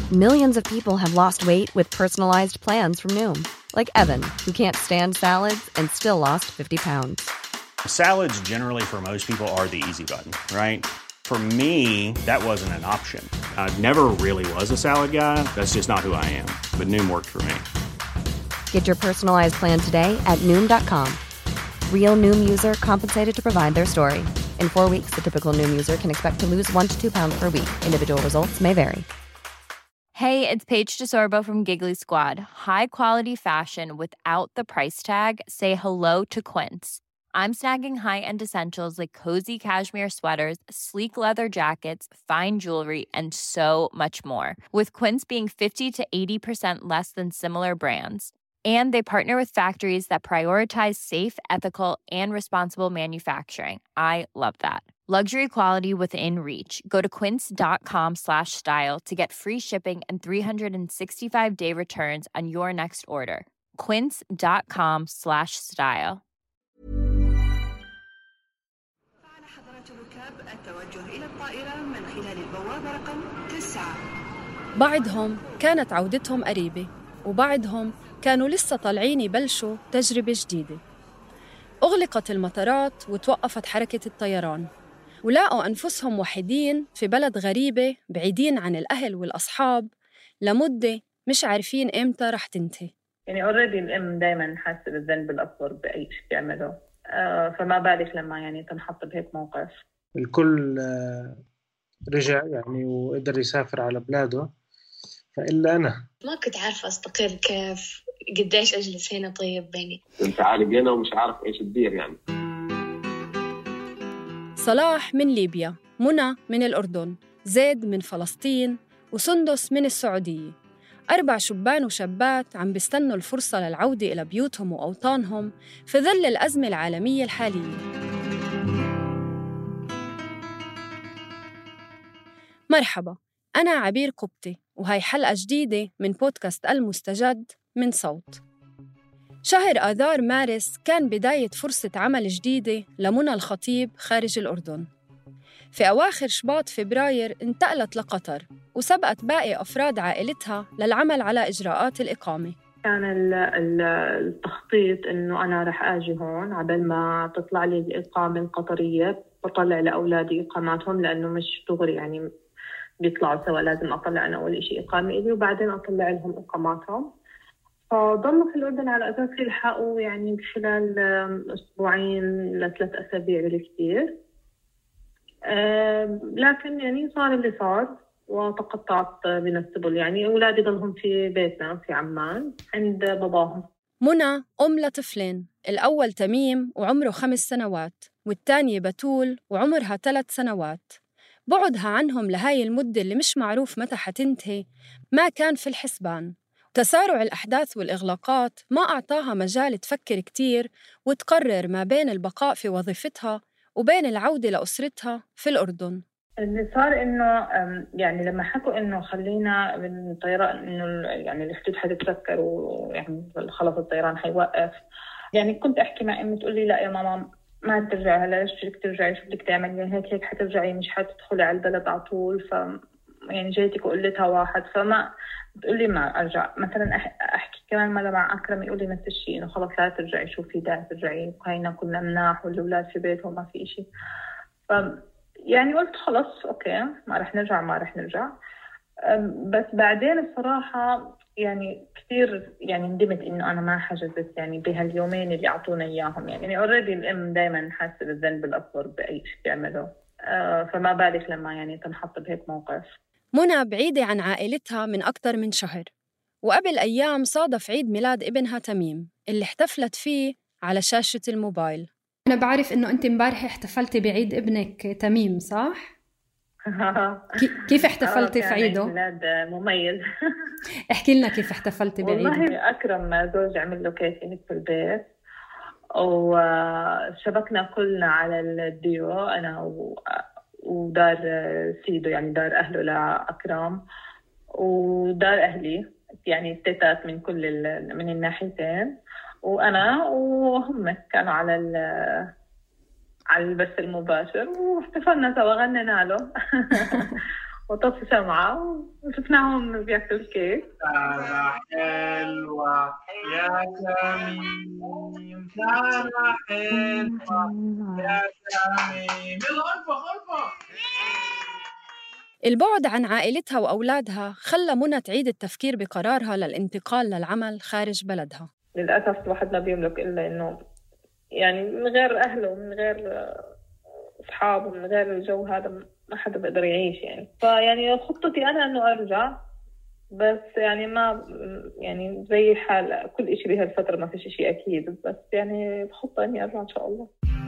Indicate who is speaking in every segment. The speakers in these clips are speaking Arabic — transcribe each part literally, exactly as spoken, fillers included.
Speaker 1: Millions of people have lost weight with personalized plans from Noom. Like Evan, who can't stand salads and still lost fifty pounds.
Speaker 2: Salads generally for most people are the easy button, right? For me, that wasn't an option. I never really was a salad guy. That's just not who I am. But Noom worked for me.
Speaker 1: Get your personalized plan today at Noom dot com. Real Noom user compensated to provide their story. In four weeks, the typical Noom user can expect to lose one to two pounds per week. Individual results may vary.
Speaker 3: Hey, it's Paige DeSorbo from Giggly Squad. High quality fashion without the price tag. Say hello to Quince. I'm snagging high-end essentials like cozy cashmere sweaters, sleek leather jackets, fine jewelry, and so much more. With Quince being fifty to eighty percent less than similar brands. And they partner with factories that prioritize safe, ethical, and responsible manufacturing. I love that. Luxury quality within reach. Go to quince.com slash style to get free shipping and three sixty-five day returns on your next order. Quince.com slash style.
Speaker 4: فعل حضرة الركاب التوجه إلى الطائرة من خلال البوابة رقم تسعة.
Speaker 5: بعضهم كانت عودتهم قريبة، وبعضهم كانوا لسه طالعين يبلشوا تجربة جديدة. أغلقت المطارات وتوقفت حركة الطيران، ولاقوا أنفسهم وحيدين في بلد غريبة بعيدين عن الأهل والأصحاب لمدة مش عارفين إمتى رح تنتهي.
Speaker 6: يعني already الأم دايماً حاسة بالذنب الأكبر بأي شيء تعمله، آه فما بالك لما يعني تنحط بهيك موقف.
Speaker 7: الكل آه رجع يعني وقدر يسافر على بلاده، فإلا أنا
Speaker 8: ما كنت عارفة أستقر كيف، قديش أجلس هنا طيب بيني.
Speaker 9: أنت عارف هنا ومش عارف إيش تدير يعني.
Speaker 5: صلاح من ليبيا، منى من الأردن، زيد من فلسطين، وسندس من السعودية. أربع شبان وشابات عم بيستنوا الفرصة للعودة إلى بيوتهم وأوطانهم في ظل الأزمة العالمية الحالية. مرحبا، أنا عبير قبطي، وهاي حلقة جديدة من بودكاست المستجد من صوت. شهر آذار مارس كان بداية فرصة عمل جديدة لمنى الخطيب خارج الأردن. في أواخر شباط فبراير انتقلت لقطر، وسبقت باقي أفراد عائلتها للعمل على إجراءات الإقامة.
Speaker 6: كان التخطيط إنه أنا رح آجي هون عبال ما تطلع لي الإقامة القطرية، بطلع لأولادي إقاماتهم لأنه مش دغري يعني بيطلعوا سوا، لازم أطلع أنا أول إشي إقامة إلي وبعدين أطلع لهم إقاماتهم. فضلوا في الأردن على أساس يلحقوا يعني بخلال أسبوعين لثلاث أسابيع بالكثير. أه لكن يعني صار اللي صار وتقطعت من السبل. يعني أولادي ضلهم في بيتنا في عمان عند باباهم.
Speaker 5: منى أم لطفلين، الأول تميم وعمره خمس سنوات، والتانية بتول وعمرها ثلاث سنوات. بعدها عنهم لهاي المدة اللي مش معروف متى حتنتهي ما كان في الحسبان. تسارع الأحداث والإغلاقات ما أعطاها مجال تفكر كتير وتقرر ما بين البقاء في وظيفتها وبين العودة لأسرتها في الأردن.
Speaker 6: اللي صار إنه يعني لما حكوا إنه خلينا من الطيران إنه يعني الحدود حتتسكر ويعني خلص الطيران حيوقف، يعني كنت أحكي مع أمي تقول لي لا يا ماما ما ترجعي هلا، ليش بدك ترجعي، شو بدك تعملي، هيك هيك حترجعي مش حتدخلي على البلد على طول. ف يعني جيتك وقلتها واحد، فما بتقول لي ما أرجع. مثلا أحكي كمان مرة مع أكرم يقول لي نفس الشيء، إنه خلص لا ترجعي، شو في داعي ترجعي، وهينا كنا مناح والأولاد في بيتهم ما في إشي. ف يعني قلت خلص أوكي ما رح نرجع ما رح نرجع. بس بعدين الصراحة يعني كثير يعني ندمت إنه أنا ما حجزت يعني بهاليومين اللي أعطونا إياهم. يعني already الأم دايماً حاسة بالذنب الأكبر بأي شيء تعمله، فما بالك لما يعني تنحط بهيك موقف.
Speaker 5: منى بعيدة عن عائلتها من أكثر من شهر، وقبل أيام صادف عيد ميلاد ابنها تميم اللي احتفلت فيه على شاشة الموبايل.
Speaker 10: أنا بعرف إنه أنت امبارح احتفلتي بعيد ابنك تميم صح؟ كيف احتفلتي في عيده؟
Speaker 6: عيد ميلاد مميز.
Speaker 10: احكي لنا كيف احتفلتي بعيده.
Speaker 6: والله أكرم زوج عمل له كيك في البيت، وشبكنا كلنا على الديو أنا ودار سيدو يعني دار أهله لأكرم ودار أهلي، يعني التيتات من كل من الناحيتين، وأنا وهم كانوا على على البث المباشر، واحتفلنا سوا غنينا له وطفي شمعة وشفناهم بياكل كيك.
Speaker 7: سارة حلوة يا تميم، سارة حلوة يا تميم، يلا غرفة غرفة.
Speaker 5: البعد عن عائلتها وأولادها خلى منى تعيد التفكير بقرارها للانتقال للعمل خارج بلدها.
Speaker 6: للأسف الواحد ما بيملك إلا إنه يعني من غير أهله ومن غير أصحابه ومن غير الجو هذا ما حدا بيقدر يعيش يعني. فيعني خطتي أنا إنه أرجع، بس يعني ما يعني زي حال كل إشي بهالفترة ما فيش إشي أكيد، بس يعني بخطة إني أرجع إن شاء الله.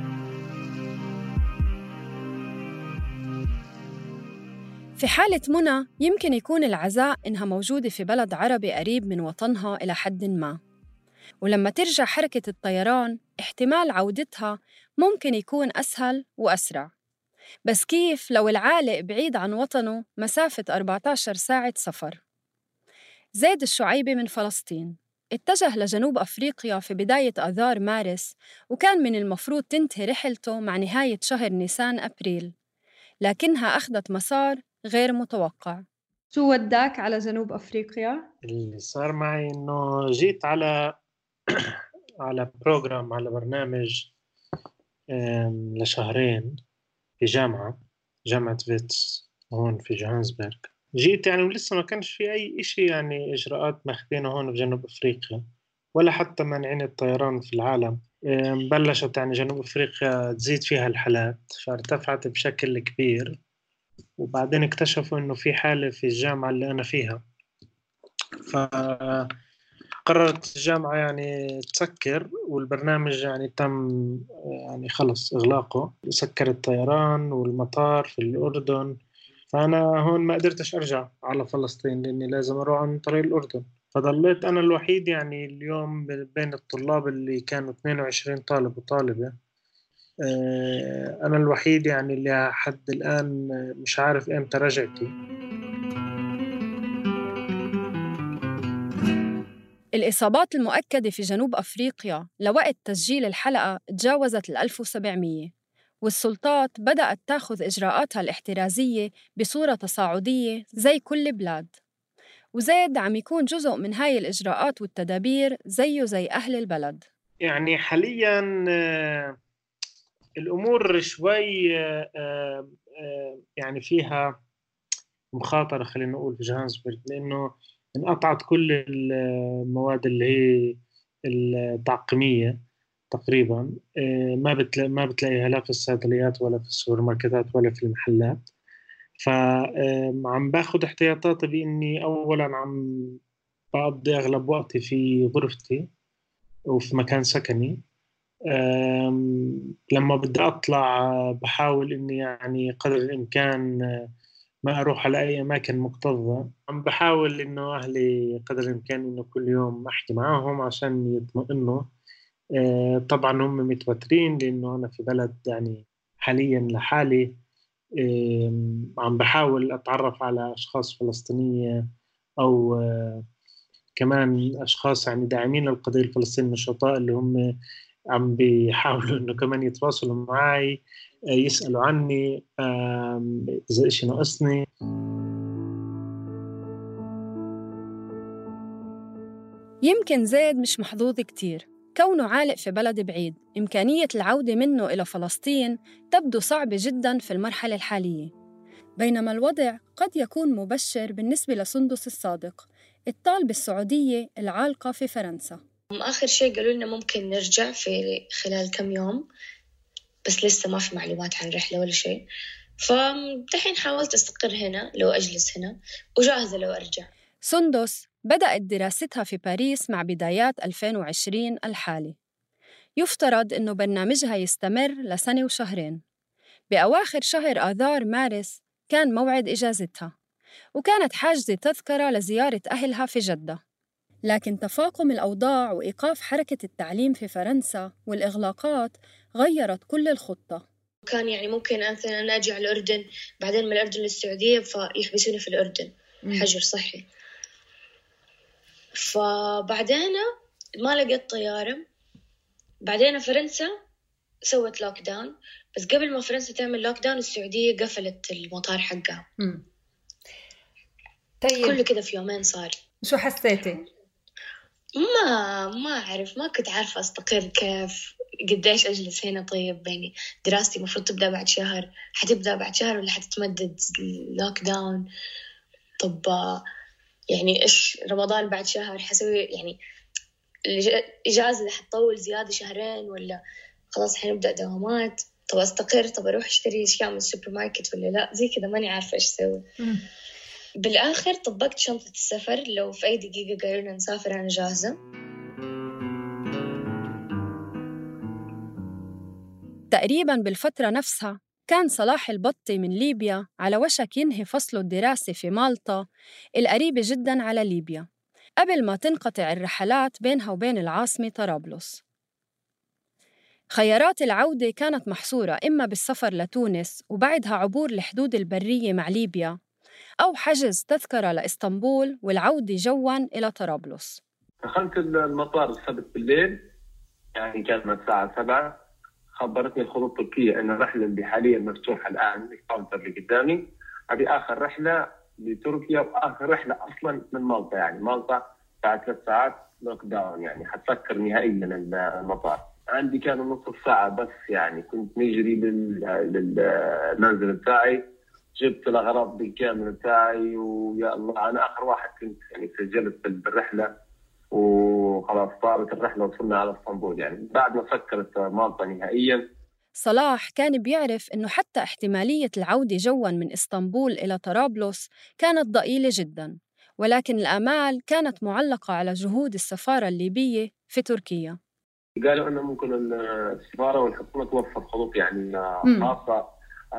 Speaker 5: في حالة منى يمكن يكون العزاء إنها موجودة في بلد عربي قريب من وطنها إلى حد ما، ولما ترجع حركة الطيران احتمال عودتها ممكن يكون أسهل وأسرع. بس كيف لو العالق بعيد عن وطنه مسافة أربعة عشر ساعة سفر؟ زيد الشعيبي من فلسطين اتجه لجنوب أفريقيا في بداية آذار مارس، وكان من المفروض تنتهي رحلته مع نهاية شهر نيسان أبريل، لكنها أخذت مسار غير متوقع.
Speaker 10: شو وداك على جنوب أفريقيا؟
Speaker 7: اللي صار معي إنه جيت على على بروجرام، على برنامج لشهرين في جامعة جامعة فيتس هون في جوهانسبرغ. جيت يعني ولسه ما كانش في أي إشي يعني إجراءات ماخذينه هون في جنوب أفريقيا، ولا حتى مانعين الطيران في العالم. بلشت يعني جنوب أفريقيا تزيد فيها الحالات فارتفعت بشكل كبير، وبعدين اكتشفوا إنه في حالة في الجامعة اللي أنا فيها، فقررت الجامعة يعني تسكر، والبرنامج يعني تم يعني خلص إغلاقه، سكر الطيران والمطار في الأردن. فأنا هون ما قدرتش أرجع على فلسطين لأني لازم أروح عن طريق الأردن، فضليت أنا الوحيد يعني اليوم بين الطلاب اللي كانوا اثنين وعشرين طالب وطالبة، أنا الوحيد يعني اللي حد الآن مش عارف إمتى رجعتي.
Speaker 5: الإصابات المؤكدة في جنوب أفريقيا لوقت تسجيل الحلقة تجاوزت الألف وسبعمية، والسلطات بدأت تاخذ إجراءاتها الاحترازية بصورة تصاعدية زي كل بلاد، وزيد عم يكون جزء من هاي الإجراءات والتدابير زيه زي أهل البلد.
Speaker 7: يعني حالياً الأمور شوي يعني فيها مخاطرة خلينا نقول في جوهانسبرغ، لأنه انقطعت كل المواد اللي هي التعقيمية تقريباً، ما بتلاقي ما بتلاقيها لا في الصيدليات ولا في السوبر ماركتات ولا في المحلات. فعم باخد احتياطاتي بإني أولاً عم بقضي أغلب وقتي في غرفتي وفي مكان سكني. لما بدي أطلع بحاول إني يعني قدر الإمكان ما أروح على أي أماكن مكتظة. عم بحاول إنه أهلي قدر الإمكان إنه كل يوم أحكي معاهم عشان يطمئنوا. طبعاً هم متوترين لأنه أنا في بلد يعني حالياً لحالي. عم بحاول أتعرف على أشخاص فلسطينية أو كمان أشخاص يعني داعمين للقضية الفلسطينية، النشطاء اللي هم عم بيحاولوا إنه كمان يتواصلوا معي، يسألوا عني إذا إشي ناقصني.
Speaker 5: يمكن زيد مش محظوظ كتير، كونه عالق في بلد بعيد إمكانية العودة منه إلى فلسطين تبدو صعبة جداً في المرحلة الحالية، بينما الوضع قد يكون مبشر بالنسبة لسندس الصادق الطالبة السعودية العالقة في فرنسا.
Speaker 8: آخر شيء قالوا لنا ممكن نرجع في خلال كم يوم، بس لسه ما في معلومات عن الرحلة ولا شيء. فدحين حاولت أستقر هنا لو أجلس هنا، وجاهزة لو أرجع.
Speaker 5: سندس بدأت دراستها في باريس مع بدايات ألفين وعشرين الحالي. يفترض إنه برنامجها يستمر لسنة وشهرين. بأواخر شهر آذار مارس كان موعد إجازتها، وكانت حاجزة تذكرة لزيارة أهلها في جدة. لكن تفاقم الأوضاع وإيقاف حركة التعليم في فرنسا والإغلاقات غيرت كل الخطة.
Speaker 8: كان يعني ممكن مثلاً أنا أجي على الأردن، بعدين من الأردن للسعودية فيحبسوني في الأردن حجر صحي. فبعدين ما لقيت طيارة. بعدين فرنسا سوت لوك داون، بس قبل ما فرنسا تعمل لوك داون السعودية قفلت المطار حقها. طيب. كله كده في يومين صار.
Speaker 10: شو حسيتي؟
Speaker 8: ما ما أعرف، ما كنت عارفة أستقر كيف، قديش أجلس هنا. طيب يعني دراستي مفروض تبدأ بعد شهر، حتبدأ بعد شهر ولا حتتمدد لوك داون؟ طب يعني إيش رمضان بعد شهر حسوي؟ يعني الإجازة حتطول زيادة شهرين ولا خلاص حنبدأ دوامات؟ طب أستقر، طب أروح أشتري أشياء من السوبر ماركت ولا لا؟ زي كده ماني عارفة إيش أسوي. بالآخر طبقت شنطة السفر، لو في أي دقيقة قالوا لنا نسافر أنا جاهزة.
Speaker 5: تقريباً بالفترة نفسها كان صلاح البطي من ليبيا على وشك ينهي فصله الدراسي في مالطا القريبة جداً على ليبيا، قبل ما تنقطع الرحلات بينها وبين العاصمة طرابلس. خيارات العودة كانت محصورة إما بالسفر لتونس وبعدها عبور الحدود البرية مع ليبيا، أو حجز تذكرة لإسطنبول والعودة جواً إلى طرابلس.
Speaker 9: دخلت المطار السبت بالليل، يعني كانت الساعة سبعة. خبرتني الخطوط التركية أن الرحلة اللي حالياً مفتوحة الآن الكاونتر اللي قدامي هذه آخر رحلة لتركيا وآخر رحلة أصلاً من مالطا. يعني مالطا بعد ثلاث ساعات لوك داون، يعني حتسكر نهائياً المطار. عندي كانوا نصف ساعة بس، يعني كنت نجري للمنزل بتاعي، جبت الأغراض بالكامل بتاعي، ويا الله أنا آخر واحد كنت يعني سجلت بالرحلة، وخلاص صارت الرحلة وصلنا على اسطنبول يعني بعد ما سكرت مالطا نهائياً.
Speaker 5: صلاح كان بيعرف إنه حتى احتمالية العودة جواً من اسطنبول إلى طرابلس كانت ضئيلة جداً، ولكن الآمال كانت معلقة على جهود السفارة الليبية في تركيا.
Speaker 9: قالوا أنه ممكن السفارة والحكومة توفر خطوط يعني خاصة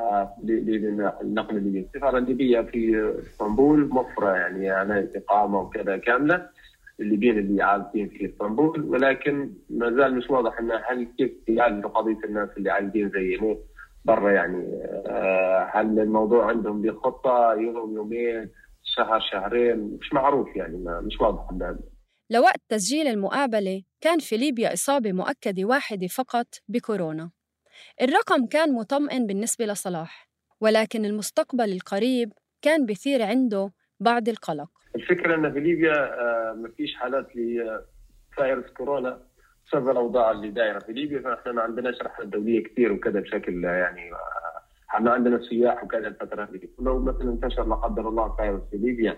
Speaker 9: للنقل الليبي. السفارة الليبية في اسطنبول موفرة يعني أنا إقامة وكذا كاملة الليبيين اللي عالقين في اسطنبول، ولكن ما زال مش واضح أنه هل كيف يعالجوا قضية الناس اللي عالقين زينا برا. يعني هل الموضوع عندهم بخطة يوم يومين شهر شهرين، مش معروف يعني، ما مش واضح.
Speaker 5: لوقت تسجيل المقابلة كان في ليبيا إصابة مؤكدة واحدة فقط بكورونا. الرقم كان مطمئن بالنسبة لصلاح، ولكن المستقبل القريب كان بيثير عنده بعض القلق.
Speaker 9: الفكرة أن في ليبيا ما فيش حالات لفيروس كورونا بسبب الأوضاع اللي دايرة في ليبيا، فإحنا ما عندناش رحلات دولية كثير وكذا بشكل يعني احنا عندنا سياح وكذا الفترة دي. لو مثلا انتشر لا قدر الله فيروس في ليبيا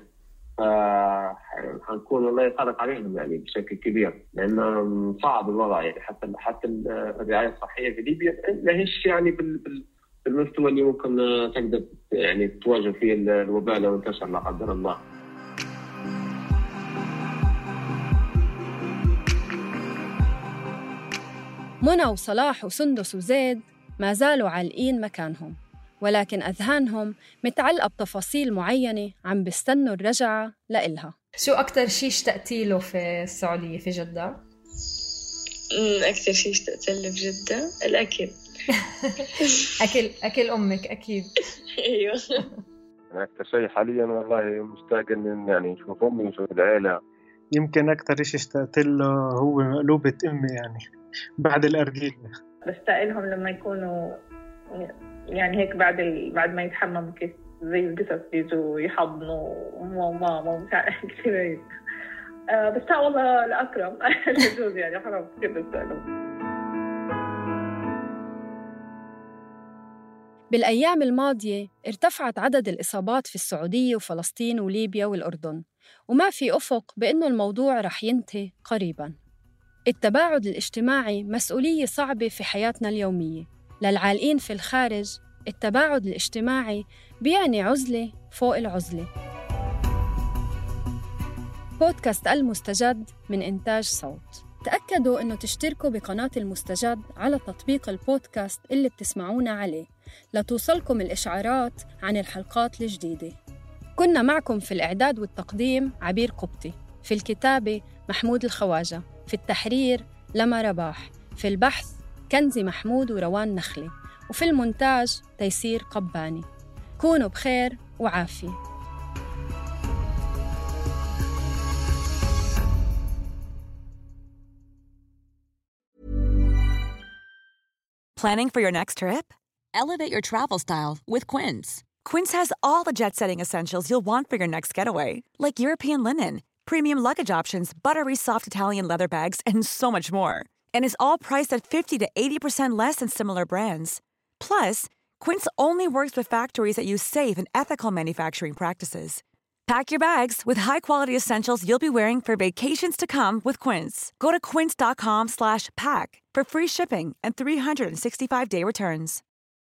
Speaker 9: حنكون الله يخلق عليهم يعني بشكل كبير، لأنه صعب الوضع يعني. حتى حتى الرعاية الصحية في ليبيا ما هيش يعني بالمستوى اللي ممكن تقدر يعني تواجه فيه الوباء لو انتشر لا قدر الله.
Speaker 5: منى وصلاح وسندس وزيد ما زالوا عالقين مكانهم، ولكن أذهانهم متعلقة بتفاصيل معينة عم بيستنوا الرجعة لإلها.
Speaker 10: شو أكتر شيء اشتقتي له في السعودية في جدة؟
Speaker 8: أكتر شيء اشتقت له في جدة الأكل.
Speaker 10: أكل أكل أمك أكيد.
Speaker 8: أيوة.
Speaker 9: أكتر شيء حاليا والله مشتاق إن يعني نشوف أمي ونشوف العائلة.
Speaker 7: يمكن أكتر شيء اشتقت له هو مقلوبة أمي يعني بعد الأرجيل.
Speaker 6: بشتاق لهم لما يكونوا يعني هيك بعد ال... بعد ما يتحمموا كيف زي القصص بيجوا يحضنوا ماما ومش عارف كثير. أه بشتاق والله لأكرم لجوز يعني حرام كيف بشتاق.
Speaker 5: بالأيام الماضية ارتفعت عدد الإصابات في السعودية وفلسطين وليبيا والأردن، وما في أفق بأنه الموضوع رح ينتهي قريباً. التباعد الاجتماعي مسؤولية صعبة في حياتنا اليومية. للعالقين في الخارج التباعد الاجتماعي بيعني عزلة فوق العزلة. بودكاست المستجد من إنتاج صوت. تأكدوا أنه تشتركوا بقناة المستجد على تطبيق البودكاست اللي بتسمعونا عليه لتوصلكم الإشعارات عن الحلقات الجديدة. كنا معكم في الإعداد والتقديم عبير قبطي، في الكتابة محمود الخواجة، في التحرير لما رباح، في البحث كنزي محمود وروان نخلي، وفي المونتاج تيسير قباني. كونوا بخير وعافية.
Speaker 11: Planning for your next trip? Elevate your travel style with Quince. Quince has all the jet-setting essentials you'll want for your next getaway, like European linen, premium luggage options, buttery soft Italian leather bags, and so much more. And is all priced at fifty to eighty percent less than similar brands. Plus, Quince only works with factories that use safe and ethical manufacturing practices. Pack your bags with high-quality essentials you'll be wearing for vacations to come with Quince. Go to quince.com slash pack for free shipping and three sixty-five day returns.